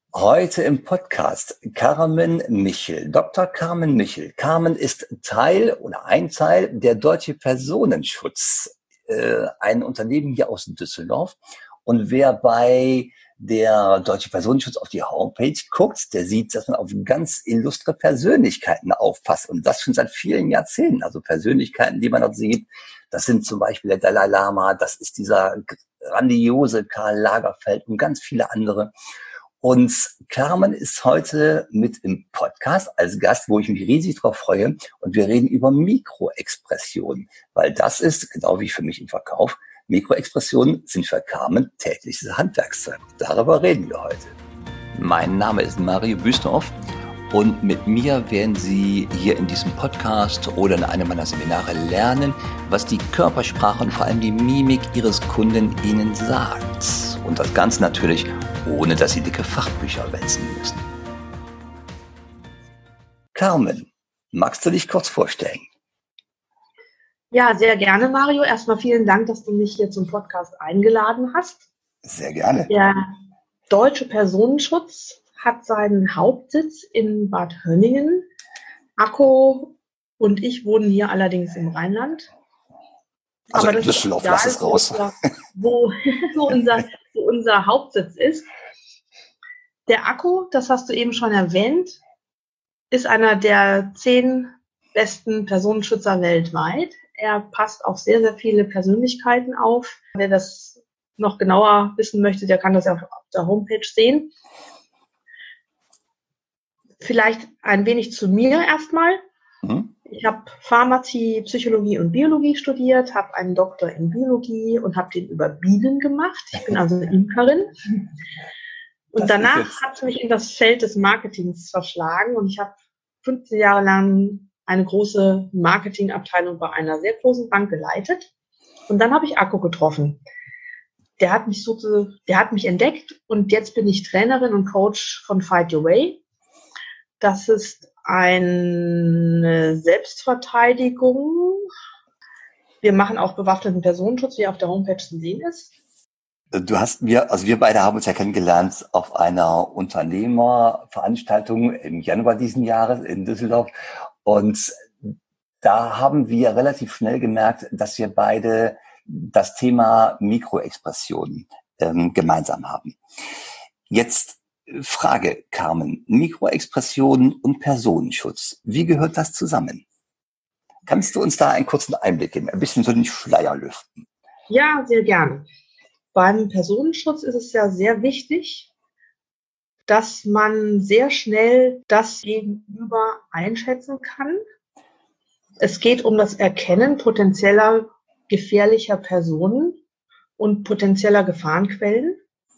Heute im Podcast Carmen Michel, Dr. Carmen Michel. Carmen ist Teil oder ein Teil der Deutsche Personenschutz, ein Unternehmen hier aus Düsseldorf. Und wer bei der Deutsche Personenschutz auf die Homepage guckt, der sieht, dass man auf ganz illustre Persönlichkeiten aufpasst. Und das schon seit vielen Jahrzehnten. Also Persönlichkeiten, die man dort sieht, das sind zum Beispiel der Dalai Lama, das ist dieser grandiose Karl Lagerfeld und ganz viele andere. Und Carmen ist heute mit im Podcast als Gast, wo ich mich riesig drauf freue. Und wir reden über Mikroexpressionen, weil das ist, genau wie für mich im Verkauf, Mikroexpressionen sind für Carmen tägliches Handwerkszeug. Darüber reden wir heute. Mein Name ist Mario Büstorf und mit mir werden Sie hier in diesem Podcast oder in einem meiner Seminare lernen, was die Körpersprache und vor allem die Mimik Ihres Kunden Ihnen sagt. Und das Ganze natürlich, ohne dass Sie dicke Fachbücher wälzen müssen. Carmen, magst du dich kurz vorstellen? Ja, sehr gerne, Mario. Erstmal vielen Dank, dass du mich hier zum Podcast eingeladen hast. Sehr gerne. Der Deutsche Personenschutz hat seinen Hauptsitz in Bad Hönningen. Akko und ich wohnen hier allerdings im Rheinland. Also aber in Düsseldorf, lass es raus. Wo unser Hauptsitz ist. Der Akko, das hast du eben schon erwähnt, ist einer der 10 besten Personenschützer weltweit. Er passt auf sehr, sehr viele Persönlichkeiten auf. Wer das noch genauer wissen möchte, der kann das ja auf der Homepage sehen. Vielleicht ein wenig zu mir erstmal. Ich habe Pharmazie, Psychologie und Biologie studiert, habe einen Doktor in Biologie und habe den über Bienen gemacht. Ich bin also Imkerin. Und danach hat es mich in das Feld des Marketings verschlagen und ich habe 15 Jahre lang eine große Marketingabteilung bei einer sehr großen Bank geleitet. Und dann habe ich Akko getroffen. Der hat mich entdeckt und jetzt bin ich Trainerin und Coach von Fight Your Way. Das ist eine Selbstverteidigung. Wir machen auch bewaffneten Personenschutz, wie auf der Homepage zu sehen ist. Wir beide haben uns ja kennengelernt auf einer Unternehmerveranstaltung im Januar diesen Jahres in Düsseldorf. Und da haben wir relativ schnell gemerkt, dass wir beide das Thema Mikroexpressionen gemeinsam haben. Jetzt Frage, Carmen, Mikroexpressionen und Personenschutz. Wie gehört das zusammen? Kannst du uns da einen kurzen Einblick geben, ein bisschen so den Schleier lüften? Ja, sehr gerne. Beim Personenschutz ist es ja sehr wichtig, dass man sehr schnell das Gegenüber einschätzen kann. Es geht um das Erkennen potenzieller gefährlicher Personen und potenzieller Gefahrenquellen.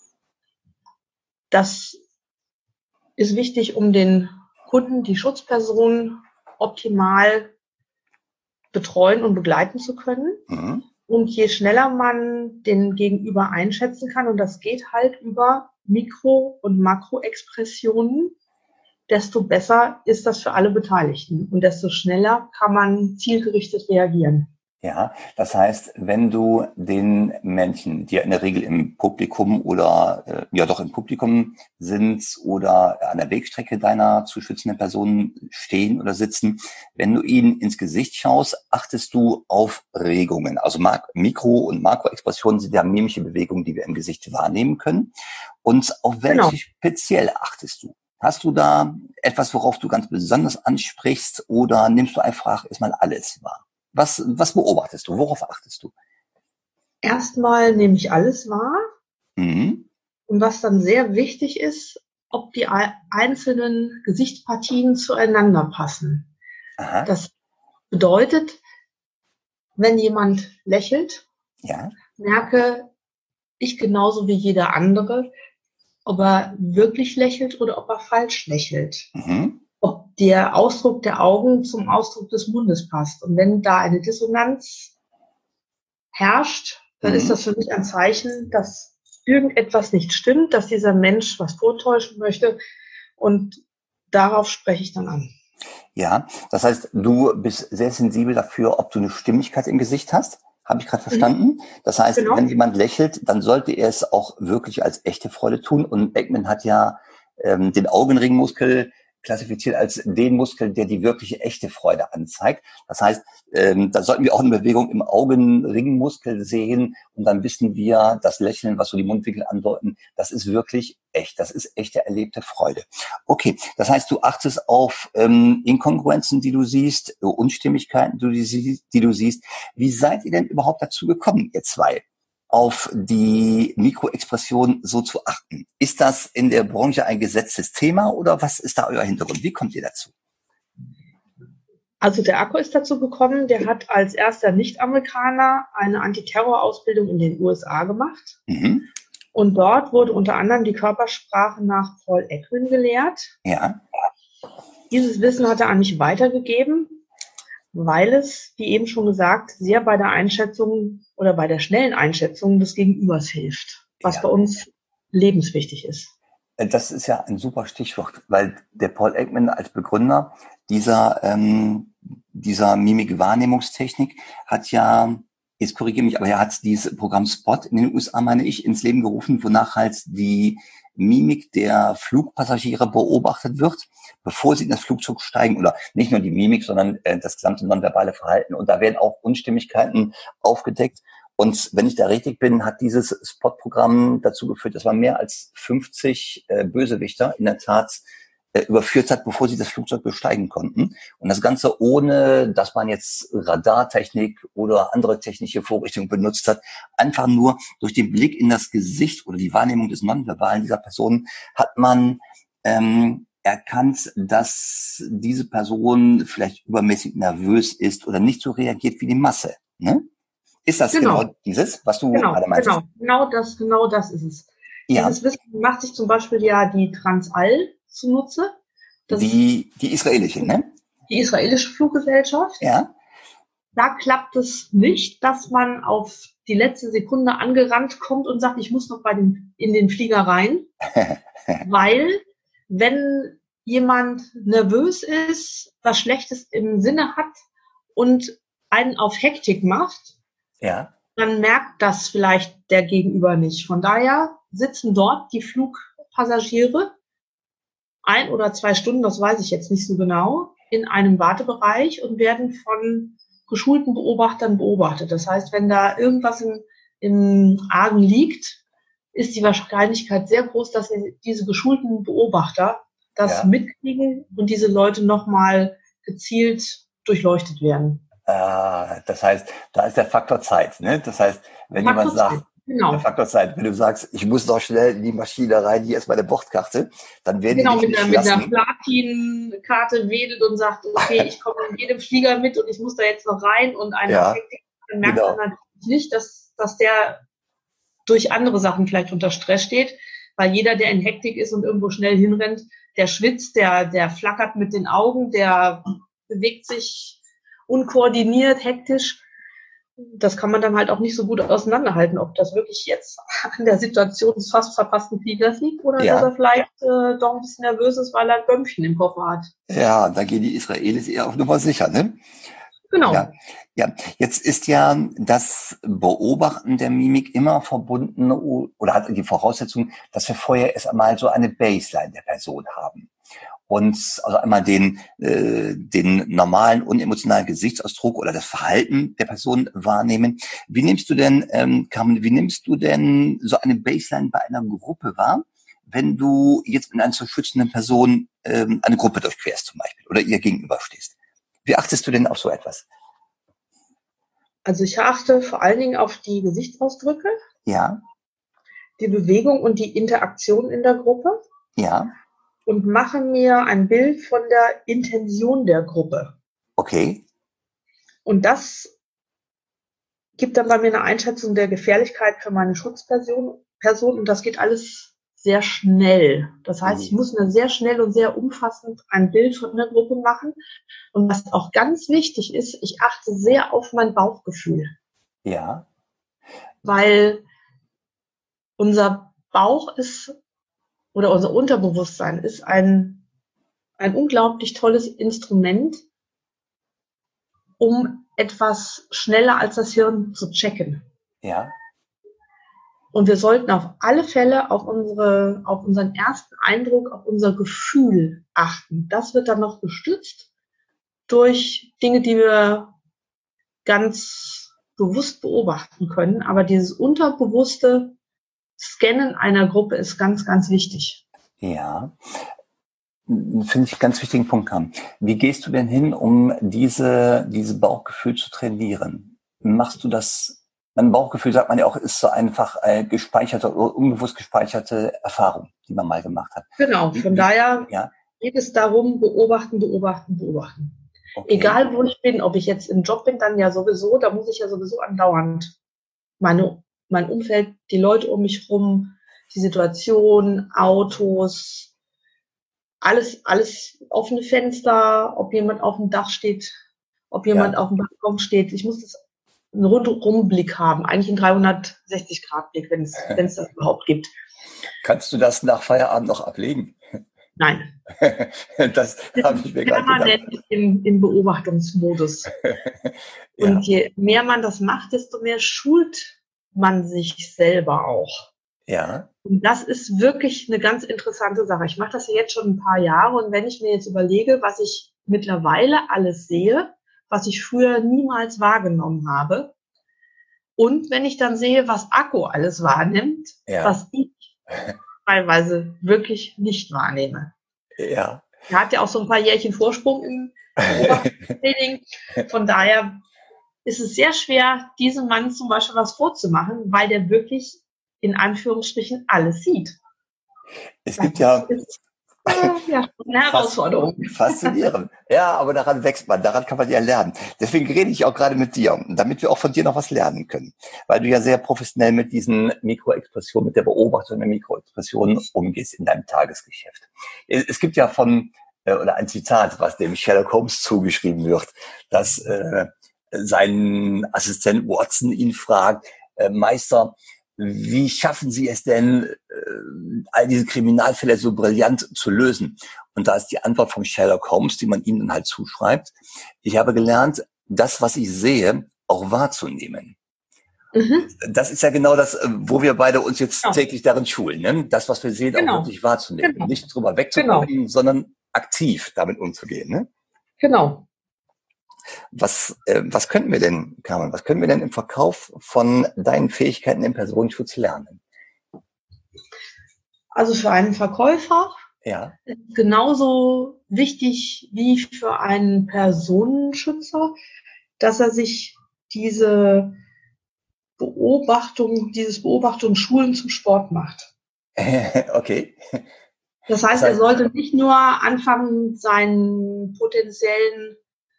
Das ist wichtig, um den Kunden, die Schutzperson optimal betreuen und begleiten zu können. Und je schneller man den Gegenüber einschätzen kann, und das geht halt über Mikro- und Makroexpressionen, desto besser ist das für alle Beteiligten und desto schneller kann man zielgerichtet reagieren. Ja, das heißt, wenn du den Menschen, die ja in der Regel im Publikum oder im Publikum sind oder an der Wegstrecke deiner zu schützenden Personen stehen oder sitzen, wenn du ihnen ins Gesicht schaust, achtest du auf Regungen. Also Mikro- und Makroexpressionen sind ja mimische Bewegungen, die wir im Gesicht wahrnehmen können. Und auf welche speziell achtest du? Hast du da etwas, worauf du ganz besonders ansprichst, oder nimmst du einfach erstmal alles wahr? Was beobachtest du? Worauf achtest du? Erstmal nehme ich alles wahr. Und was dann sehr wichtig ist, ob die einzelnen Gesichtspartien zueinander passen. Aha. Das bedeutet, wenn jemand lächelt, merke ich genauso wie jeder andere, ob er wirklich lächelt oder ob er falsch lächelt. Ob der Ausdruck der Augen zum Ausdruck des Mundes passt. Und wenn da eine Dissonanz herrscht, dann ist das für mich ein Zeichen, dass irgendetwas nicht stimmt, dass dieser Mensch was vortäuschen möchte. Und darauf spreche ich dann an. Ja, das heißt, du bist sehr sensibel dafür, ob du eine Stimmigkeit im Gesicht hast. Habe ich gerade verstanden? Das heißt, wenn jemand lächelt, dann sollte er es auch wirklich als echte Freude tun. Und Ekman hat ja den Augenringmuskel klassifiziert als den Muskel, der die wirkliche echte Freude anzeigt. Das heißt, da sollten wir auch eine Bewegung im Augenringmuskel sehen und dann wissen wir, das Lächeln, was so die Mundwinkel andeuten, das ist wirklich echt. Das ist echte erlebte Freude. Okay, das heißt, du achtest auf Inkongruenzen, die du siehst, Unstimmigkeiten, die du siehst. Wie seid ihr denn überhaupt dazu gekommen, ihr zwei, auf die Mikroexpression so zu achten? Ist das in der Branche ein gesetztes Thema oder was ist da euer Hintergrund? Wie kommt ihr dazu? Also der Akko ist dazu gekommen, der hat als erster Nicht-Amerikaner eine Antiterror-Ausbildung in den USA gemacht. Mhm. Und dort wurde unter anderem die Körpersprache nach Paul Ekman gelehrt. Ja. Dieses Wissen hat er an mich weitergegeben, weil es, wie eben schon gesagt, sehr bei der Einschätzung oder bei der schnellen Einschätzung des Gegenübers hilft, was bei uns lebenswichtig ist. Das ist ja ein super Stichwort, weil der Paul Ekman als Begründer dieser Mimik-Wahrnehmungstechnik hat ja, jetzt korrigiere mich, aber er hat dieses Programm Spot in den USA, meine ich, ins Leben gerufen, wonach halt die Mimik der Flugpassagiere beobachtet wird, bevor sie in das Flugzeug steigen, oder nicht nur die Mimik, sondern das gesamte nonverbale Verhalten. Und da werden auch Unstimmigkeiten aufgedeckt. Und wenn ich da richtig bin, hat dieses Spot-Programm dazu geführt, dass man mehr als 50 Bösewichter in der Tat überführt hat, bevor sie das Flugzeug besteigen konnten. Und das Ganze ohne, dass man jetzt Radartechnik oder andere technische Vorrichtungen benutzt hat. Einfach nur durch den Blick in das Gesicht oder die Wahrnehmung des Nonverbalen dieser Person hat man erkannt, dass diese Person vielleicht übermäßig nervös ist oder nicht so reagiert wie die Masse. Ne? Ist das genau dieses, was du gerade meinst? Genau das ist es. Ja. Dieses Wissen macht sich zum Beispiel ja die Transall zunutze. Die israelische, ne? Die israelische Fluggesellschaft. Ja. Da klappt es nicht, dass man auf die letzte Sekunde angerannt kommt und sagt, ich muss noch in den Flieger rein. Weil, wenn jemand nervös ist, was Schlechtes im Sinne hat und einen auf Hektik macht, dann merkt das vielleicht der Gegenüber nicht. Von daher sitzen dort die Flugpassagiere 1 oder 2 Stunden, das weiß ich jetzt nicht so genau, in einem Wartebereich und werden von geschulten Beobachtern beobachtet. Das heißt, wenn da irgendwas im Argen liegt, ist die Wahrscheinlichkeit sehr groß, dass diese geschulten Beobachter das mitkriegen und diese Leute nochmal gezielt durchleuchtet werden. Das heißt, da ist der Faktor Zeit. Ne? Das heißt, wenn jemand sagt, der Faktor Zeit, wenn du sagst, ich muss noch schnell in die Maschine rein, hier ist meine Bordkarte, dann werden die dich nicht mit der Platin-Karte wedelt und sagt, okay, ich komme in jedem Flieger mit und ich muss da jetzt noch rein und dann merkt man natürlich nicht, dass der durch andere Sachen vielleicht unter Stress steht, weil jeder, der in Hektik ist und irgendwo schnell hinrennt, der schwitzt, der flackert mit den Augen, der bewegt sich unkoordiniert, hektisch. Das kann man dann halt auch nicht so gut auseinanderhalten, ob das wirklich jetzt an der Situation des fast verpassten Fliegers liegt oder dass er vielleicht doch ein bisschen nervös ist, weil er ein Bömmchen im Koffer hat. Ja, da gehen die Israelis eher auf Nummer sicher, ne? Genau. Ja, jetzt ist ja das Beobachten der Mimik immer verbunden oder hat die Voraussetzung, dass wir vorher erst einmal so eine Baseline der Person haben. Und also einmal den normalen, unemotionalen Gesichtsausdruck oder das Verhalten der Person wahrnehmen. Wie nimmst du denn, Carmen, so eine Baseline bei einer Gruppe wahr, wenn du jetzt mit einer zu schützenden Person eine Gruppe durchquerst zum Beispiel oder ihr gegenüberstehst? Wie achtest du denn auf so etwas? Also ich achte vor allen Dingen auf die Gesichtsausdrücke, die Bewegung und die Interaktion in der Gruppe. Ja. Und mache mir ein Bild von der Intention der Gruppe. Okay. Und das gibt dann bei mir eine Einschätzung der Gefährlichkeit für meine Schutzperson. Und das geht alles sehr schnell. Das heißt, ich muss mir sehr schnell und sehr umfassend ein Bild von der Gruppe machen. Und was auch ganz wichtig ist, ich achte sehr auf mein Bauchgefühl. Ja. Weil unser Bauch ist oder unser Unterbewusstsein ist ein unglaublich tolles Instrument, um etwas schneller als das Hirn zu checken. Ja. Und wir sollten auf alle Fälle auf unseren ersten Eindruck, auf unser Gefühl achten. Das wird dann noch gestützt durch Dinge, die wir ganz bewusst beobachten können. Aber dieses unterbewusste Scannen einer Gruppe ist ganz, ganz wichtig. Ja, finde ich einen ganz wichtigen Punkt haben. Wie gehst du denn hin, um diese Bauchgefühl zu trainieren? Machst du das? Mein Bauchgefühl, sagt man ja auch, ist so einfach gespeicherte oder unbewusst gespeicherte Erfahrung, die man mal gemacht hat. Genau, von daher geht es darum, beobachten. Okay. Egal, wo ich bin, ob ich jetzt im Job bin, dann ja sowieso, da muss ich ja sowieso andauernd mein Umfeld, die Leute um mich rum, die Situation, Autos, alles offene Fenster, ob jemand auf dem Dach steht, ob jemand auf dem Balkon steht. Ich muss das einen Rundumblick haben, eigentlich einen 360-Grad-Blick, wenn es das überhaupt gibt. Kannst du das nach Feierabend noch ablegen? Nein. Das habe ich mir gerade gedacht. Permanent im Beobachtungsmodus. Und je mehr man das macht, desto mehr schult man sich selber auch. Ja. Und das ist wirklich eine ganz interessante Sache. Ich mache das ja jetzt schon ein paar Jahre und wenn ich mir jetzt überlege, was ich mittlerweile alles sehe, was ich früher niemals wahrgenommen habe, und wenn ich dann sehe, was Akku alles wahrnimmt, was ich teilweise wirklich nicht wahrnehme. Ja. Er hat ja auch so ein paar Jährchen Vorsprung im Beobachtungstraining. Von daher ist es sehr schwer, diesem Mann zum Beispiel was vorzumachen, weil der wirklich in Anführungsstrichen alles sieht. Es gibt ja eine Herausforderung. Faszinierend. Ja, aber daran wächst man, daran kann man ja lernen. Deswegen rede ich auch gerade mit dir, damit wir auch von dir noch was lernen können. Weil du ja sehr professionell mit diesen Mikroexpressionen, mit der Beobachtung der Mikroexpressionen umgehst in deinem Tagesgeschäft. Es gibt ja oder ein Zitat, was dem Sherlock Holmes zugeschrieben wird, dass sein Assistent Watson ihn fragt, Meister, wie schaffen Sie es denn, all diese Kriminalfälle so brillant zu lösen? Und da ist die Antwort von Sherlock Holmes, die man ihm dann halt zuschreibt. Ich habe gelernt, das, was ich sehe, auch wahrzunehmen. Mhm. Das ist ja genau das, wo wir beide uns jetzt täglich darin schulen. Ne? Das, was wir sehen, auch wirklich wahrzunehmen. Nicht drüber wegzukommen, sondern aktiv damit umzugehen. Ne? Genau. Was könnten wir denn, Carmen, was können wir denn im Verkauf von deinen Fähigkeiten im Personenschutz lernen? Also für einen Verkäufer ist genauso wichtig wie für einen Personenschützer, dass er sich dieses Beobachtungsschulen zum Sport macht. Okay. Das heißt, er sollte nicht nur anfangen, seinen potenziellen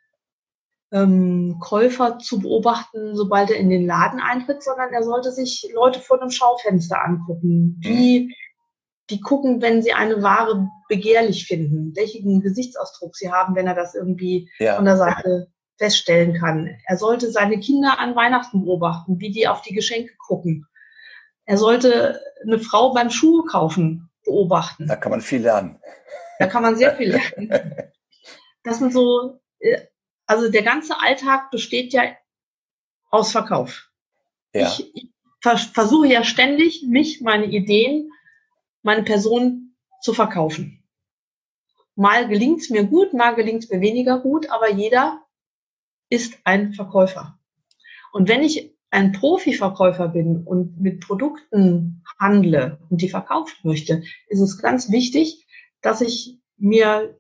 Käufer zu beobachten, sobald er in den Laden eintritt, sondern er sollte sich Leute vor einem Schaufenster angucken, die gucken, wenn sie eine Ware begehrlich finden, welchen Gesichtsausdruck sie haben, wenn er das irgendwie von der Seite feststellen kann. Er sollte seine Kinder an Weihnachten beobachten, wie die auf die Geschenke gucken. Er sollte eine Frau beim Schuhe kaufen beobachten. Da kann man viel lernen. Da kann man sehr viel lernen. Das sind so, also der ganze Alltag besteht ja aus Verkauf. Ja. Ich versuche ja ständig, meine Ideen, meine Person zu verkaufen. Mal gelingt es mir gut, mal gelingt es mir weniger gut, aber jeder ist ein Verkäufer. Und wenn ich ein Profiverkäufer bin und mit Produkten handle und die verkaufen möchte, ist es ganz wichtig, dass ich mir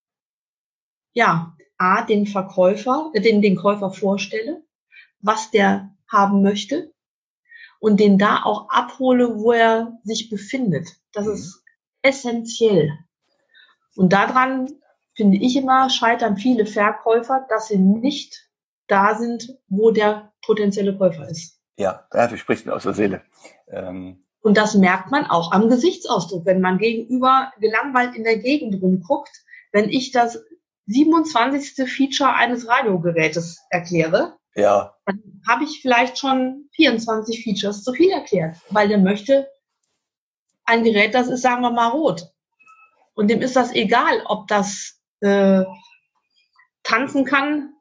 den Käufer vorstelle, was der haben möchte und den da auch abhole, wo er sich befindet. Das ist essentiell. Und daran, finde ich immer, scheitern viele Verkäufer, dass sie nicht da sind, wo der potenzielle Käufer ist. Ja, du sprichst mir aus der Seele. Und das merkt man auch am Gesichtsausdruck, wenn man gegenüber gelangweilt in der Gegend rumguckt. Wenn ich das 27. Feature eines Radiogerätes erkläre, dann habe ich vielleicht schon 24 Features zu viel erklärt, weil der möchte ein Gerät, das ist, sagen wir mal, rot. Und dem ist das egal, ob das tanzen kann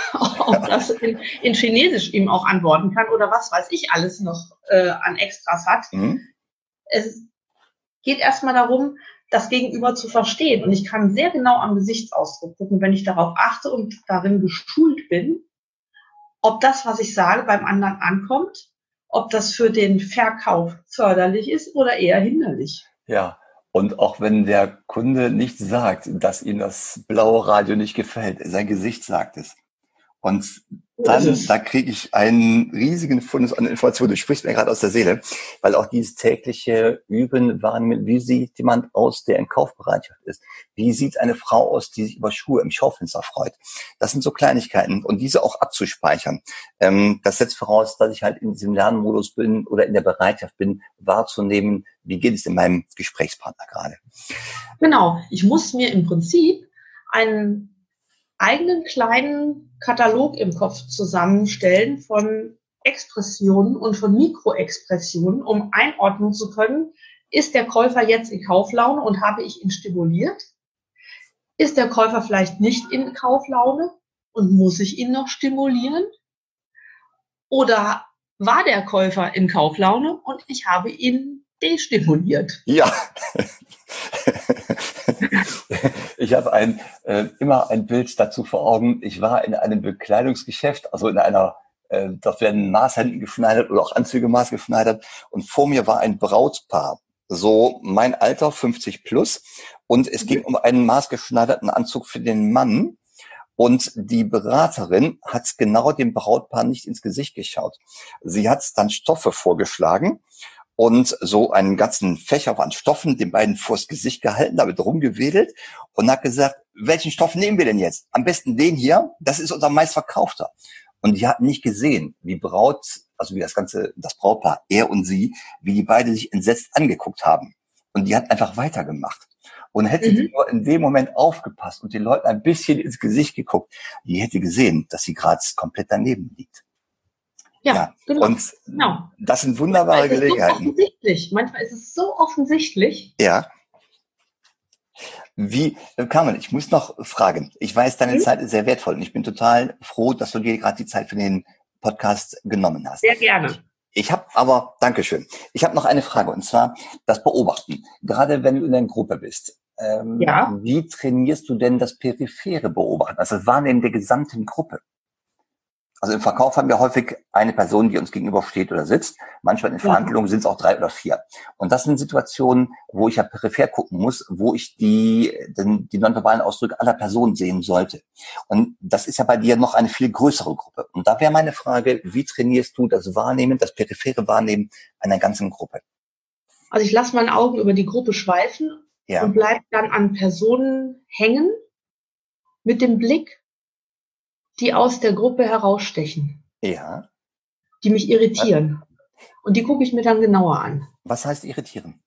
ob das in Chinesisch ihm auch antworten kann oder was weiß ich alles noch an Extras hat. Es geht erstmal darum, das Gegenüber zu verstehen. Und ich kann sehr genau am Gesichtsausdruck gucken, wenn ich darauf achte und darin geschult bin, ob das, was ich sage, beim anderen ankommt, ob das für den Verkauf förderlich ist oder eher hinderlich. Ja, und auch wenn der Kunde nicht sagt, dass ihm das blaue Radio nicht gefällt, sein Gesicht sagt es. Und dann, da kriege ich einen riesigen Fundus an Informationen. Du sprichst mir gerade aus der Seele, weil auch dieses tägliche Üben wahrnehmen, wie sieht jemand aus, der in Kaufbereitschaft ist? Wie sieht eine Frau aus, die sich über Schuhe im Schaufenster freut? Das sind so Kleinigkeiten und diese auch abzuspeichern. Das setzt voraus, dass ich halt in diesem Lernmodus bin oder in der Bereitschaft bin, wahrzunehmen, wie geht es in meinem Gesprächspartner gerade. Genau, ich muss mir im Prinzip einen eigenen kleinen Katalog im Kopf zusammenstellen von Expressionen und von Mikroexpressionen, um einordnen zu können, ist der Käufer jetzt in Kauflaune und habe ich ihn stimuliert? Ist der Käufer vielleicht nicht in Kauflaune und muss ich ihn noch stimulieren? Oder war der Käufer in Kauflaune und ich habe ihn destimuliert? Ja. Ich habe immer ein Bild dazu vor Augen. Ich war in einem Bekleidungsgeschäft, also in einer, dort werden Maßhemden geschneidert oder auch Anzüge maßgeschneidert. Und vor mir war ein Brautpaar, so mein Alter, 50 plus. Und es ging um einen maßgeschneiderten Anzug für den Mann. Und die Beraterin hat genau dem Brautpaar nicht ins Gesicht geschaut. Sie hat dann Stoffe vorgeschlagen und so einen ganzen Fächer an Stoffen den beiden vors Gesicht gehalten, damit rumgewedelt und hat gesagt, welchen Stoff nehmen wir denn jetzt? Am besten den hier, das ist unser meistverkaufter. Und die hatten nicht gesehen, wie das Brautpaar, er und sie, wie die beide sich entsetzt angeguckt haben. Und die hat einfach weitergemacht. Und hätte sie nur in dem Moment aufgepasst und den Leuten ein bisschen ins Gesicht geguckt, die hätte gesehen, dass sie gerade komplett daneben liegt. Ja, genau. Und das sind wunderbare Gelegenheiten. Manchmal ist es so offensichtlich. Ja. Carmen, ich muss noch fragen. Ich weiß, deine Zeit ist sehr wertvoll und ich bin total froh, dass du dir gerade die Zeit für den Podcast genommen hast. Sehr gerne. Dankeschön. Ich habe noch eine Frage und zwar das Beobachten. Gerade wenn du in der Gruppe bist. Wie trainierst du denn das periphere Beobachten, also das Wahrnehmen der gesamten Gruppe? Also im Verkauf haben wir häufig eine Person, die uns gegenüber steht oder sitzt. Manchmal in Verhandlungen sind es auch 3 oder 4. Und das sind Situationen, wo ich ja peripher gucken muss, wo ich die nonverbalen Ausdrücke aller Personen sehen sollte. Und das ist ja bei dir noch eine viel größere Gruppe. Und da wäre meine Frage, wie trainierst du das Wahrnehmen, das periphere Wahrnehmen einer ganzen Gruppe? Also ich lasse meine Augen über die Gruppe schweifen und bleibe dann an Personen hängen mit dem Blick, die aus der Gruppe herausstechen. Ja. Die mich irritieren. Und die gucke ich mir dann genauer an. Was heißt irritieren?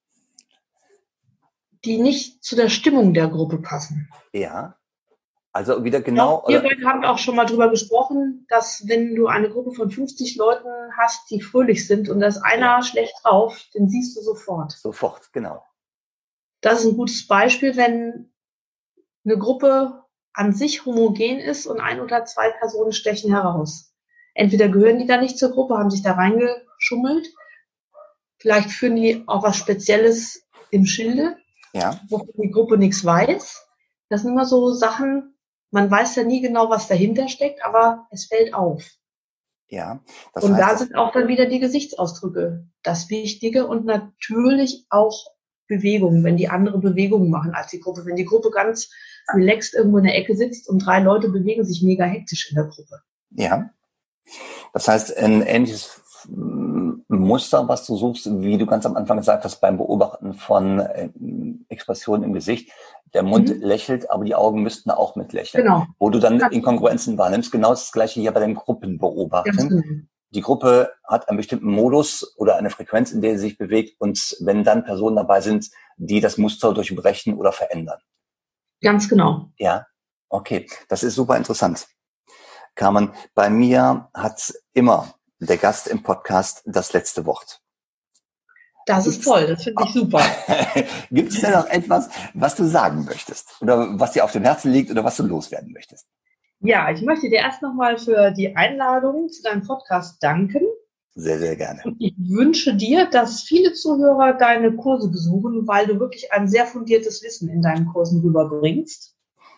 Die nicht zu der Stimmung der Gruppe passen. Ja. Also wieder genau. Wir beide haben auch schon mal drüber gesprochen, dass wenn du eine Gruppe von 50 Leuten hast, die fröhlich sind und da ist einer schlecht drauf, den siehst du sofort. Sofort, genau. Das ist ein gutes Beispiel, wenn eine Gruppe an sich homogen ist und 1 oder 2 Personen stechen heraus. Entweder gehören die da nicht zur Gruppe, haben sich da reingeschummelt, vielleicht führen die auch was Spezielles im Schilde, wovon die Gruppe nichts weiß. Das sind immer so Sachen, man weiß ja nie genau, was dahinter steckt, aber es fällt auf. Ja. Und da sind auch dann wieder die Gesichtsausdrücke das Wichtige und natürlich auch Bewegungen, wenn die andere Bewegungen machen als die Gruppe. Wenn die Gruppe ganz relaxed irgendwo in der Ecke sitzt und 3 Leute bewegen sich mega hektisch in der Gruppe. Ja. Das heißt, ein ähnliches Muster, was du suchst, wie du ganz am Anfang gesagt hast, beim Beobachten von Expressionen im Gesicht. Der Mund lächelt, aber die Augen müssten auch mitlächeln. Genau. Wo du dann Inkongruenzen wahrnimmst. Genau das Gleiche hier bei dem Gruppenbeobachten. Genau. Die Gruppe hat einen bestimmten Modus oder eine Frequenz, in der sie sich bewegt. Und wenn dann Personen dabei sind, die das Muster durchbrechen oder verändern. Ganz genau. Ja, okay. Das ist super interessant. Carmen, bei mir hat immer der Gast im Podcast das letzte Wort. Das ist toll, das finde ich super. Gibt es denn noch etwas, was du sagen möchtest? Oder was dir auf dem Herzen liegt oder was du loswerden möchtest? Ja, ich möchte dir erst nochmal für die Einladung zu deinem Podcast danken. Sehr, sehr gerne. Und ich wünsche dir, dass viele Zuhörer deine Kurse besuchen, weil du wirklich ein sehr fundiertes Wissen in deinen Kursen rüberbringst.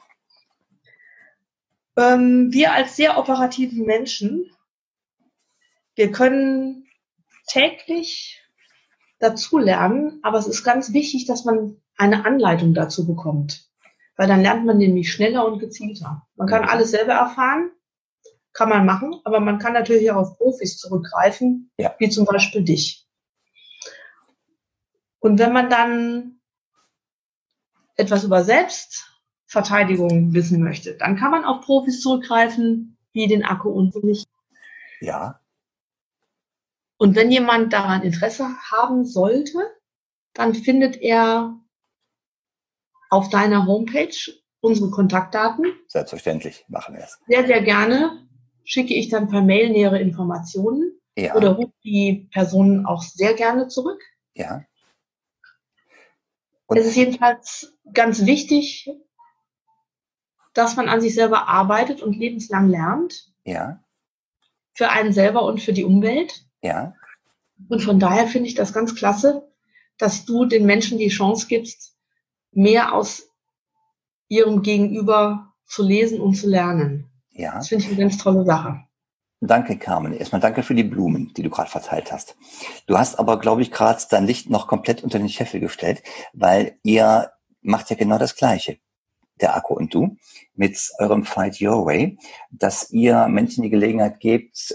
Wir als sehr operativen Menschen, wir können täglich dazulernen, aber es ist ganz wichtig, dass man eine Anleitung dazu bekommt, weil dann lernt man nämlich schneller und gezielter. Man kann alles selber erfahren, kann man machen, aber man kann natürlich auch auf Profis zurückgreifen, wie zum Beispiel dich. Und wenn man dann etwas über Selbstverteidigung wissen möchte, dann kann man auf Profis zurückgreifen, wie den Akku und mich. Ja. Und wenn jemand daran Interesse haben sollte, dann findet er auf deiner Homepage unsere Kontaktdaten. Selbstverständlich machen wir es. Sehr, sehr gerne schicke ich dann per Mail nähere Informationen oder rufe die Personen auch sehr gerne zurück. Ja. Und es ist jedenfalls ganz wichtig, dass man an sich selber arbeitet und lebenslang lernt. Ja. Für einen selber und für die Umwelt. Ja. Und von daher finde ich das ganz klasse, dass du den Menschen die Chance gibst, mehr aus ihrem Gegenüber zu lesen und zu lernen. Ja. Das finde ich eine ganz tolle Sache. Danke, Carmen. Erstmal danke für die Blumen, die du gerade verteilt hast. Du hast aber, glaube ich, gerade dein Licht noch komplett unter den Scheffel gestellt, weil ihr macht ja genau das Gleiche, der Akku und du, mit eurem Fight Your Way, dass ihr Menschen die Gelegenheit gebt,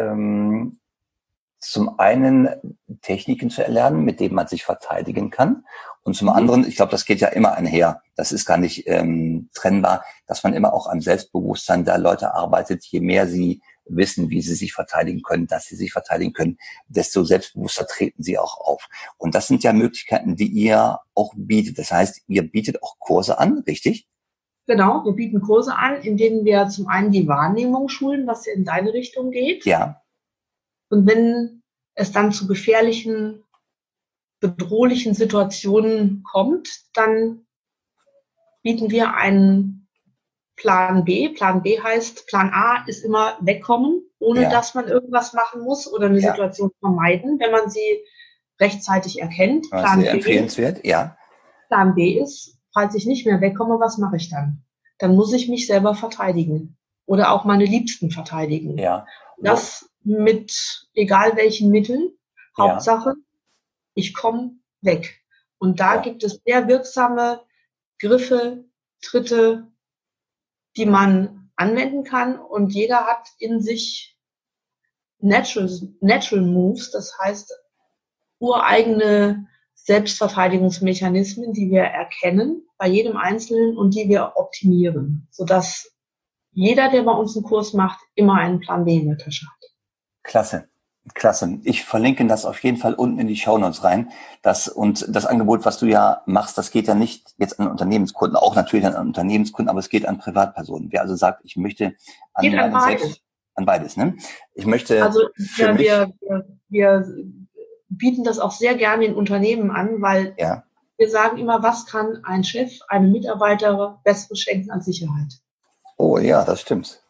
zum einen Techniken zu erlernen, mit denen man sich verteidigen kann. Und zum anderen, ich glaube, das geht ja immer einher. Das ist gar nicht trennbar, dass man immer auch am Selbstbewusstsein der Leute arbeitet. Je mehr sie wissen, wie sie sich verteidigen können, dass sie sich verteidigen können, desto selbstbewusster treten sie auch auf. Und das sind ja Möglichkeiten, die ihr auch bietet. Das heißt, ihr bietet auch Kurse an, richtig? Genau, wir bieten Kurse an, in denen wir zum einen die Wahrnehmung schulen, was in deine Richtung geht. Ja. Und wenn es dann zu gefährlichen, bedrohlichen Situationen kommt, dann bieten wir einen Plan B. Plan B heißt, Plan A ist immer wegkommen, ohne dass man irgendwas machen muss oder eine Situation vermeiden, wenn man sie rechtzeitig erkennt. Plan sehr empfehlenswert, ja. Plan B ist, falls ich nicht mehr wegkomme, was mache ich dann? Dann muss ich mich selber verteidigen oder auch meine Liebsten verteidigen. Ja. Das mit egal welchen Mitteln. Hauptsache, ich komme weg. Und da gibt es sehr wirksame Griffe, Tritte, die man anwenden kann. Und jeder hat in sich Natural Moves, das heißt ureigene Selbstverteidigungsmechanismen, die wir erkennen bei jedem Einzelnen und die wir optimieren, sodass jeder, der bei uns einen Kurs macht, immer einen Plan B in der Tasche hat. Klasse. Klasse. Ich verlinke das auf jeden Fall unten in die Shownotes rein. Das Angebot, was du ja machst, das geht ja nicht jetzt an Unternehmenskunden, auch natürlich an Unternehmenskunden, aber es geht an Privatpersonen. Wer also sagt, ich möchte an beides, ne? Ich möchte also wir bieten das auch sehr gerne in Unternehmen an, weil wir sagen immer, was kann ein Chef, eine Mitarbeiter Besseres schenken als Sicherheit? Oh ja, das stimmt.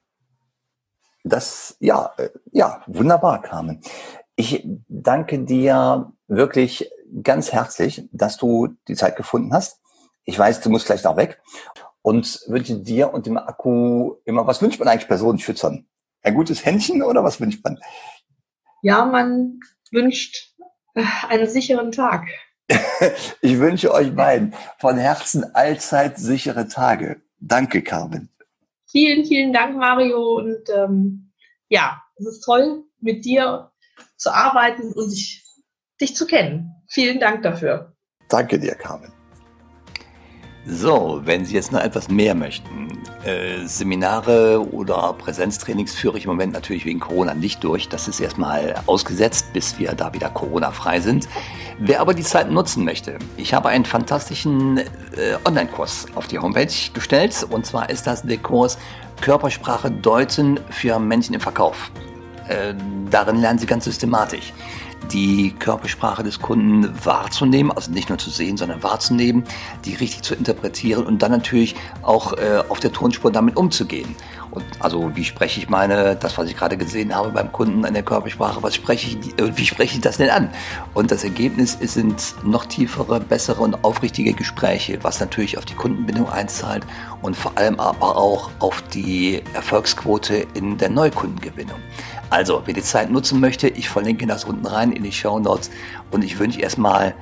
Das, wunderbar, Carmen. Ich danke dir wirklich ganz herzlich, dass du die Zeit gefunden hast. Ich weiß, du musst gleich noch weg und wünsche dir und dem Akku immer, was wünscht man eigentlich Personenschützern? Ein gutes Händchen oder was wünscht man? Ja, man wünscht einen sicheren Tag. Ich wünsche euch beiden von Herzen allzeit sichere Tage. Danke, Carmen. Vielen, vielen Dank, Mario. Und es ist toll, mit dir zu arbeiten und dich zu kennen. Vielen Dank dafür. Danke dir, Carmen. So, wenn Sie jetzt noch etwas mehr möchten, Seminare oder Präsenztrainings führe ich im Moment natürlich wegen Corona nicht durch. Das ist erstmal ausgesetzt, bis wir da wieder Corona-frei sind. Wer aber die Zeit nutzen möchte, ich habe einen fantastischen Online-Kurs auf die Homepage gestellt. Und zwar ist das der Kurs Körpersprache deuten für Menschen im Verkauf. Darin lernen Sie ganz systematisch die Körpersprache des Kunden wahrzunehmen, also nicht nur zu sehen, sondern wahrzunehmen, die richtig zu interpretieren und dann natürlich auch auf der Tonspur damit umzugehen. Und also wie spreche ich das, was ich gerade gesehen habe beim Kunden an der Körpersprache, wie spreche ich das denn an? Und das Ergebnis sind noch tiefere, bessere und aufrichtige Gespräche, was natürlich auf die Kundenbindung einzahlt und vor allem aber auch auf die Erfolgsquote in der Neukundengewinnung. Also, wer die Zeit nutzen möchte, ich verlinke das unten rein in die Shownotes und ich wünsche erstmal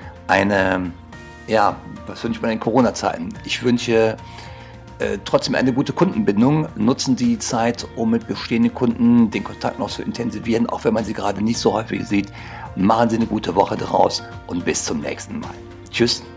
was wünsche ich mir in Corona-Zeiten? Ich wünsche trotzdem eine gute Kundenbindung. Nutzen Sie die Zeit, um mit bestehenden Kunden den Kontakt noch zu intensivieren, auch wenn man sie gerade nicht so häufig sieht. Machen Sie eine gute Woche draus und bis zum nächsten Mal. Tschüss.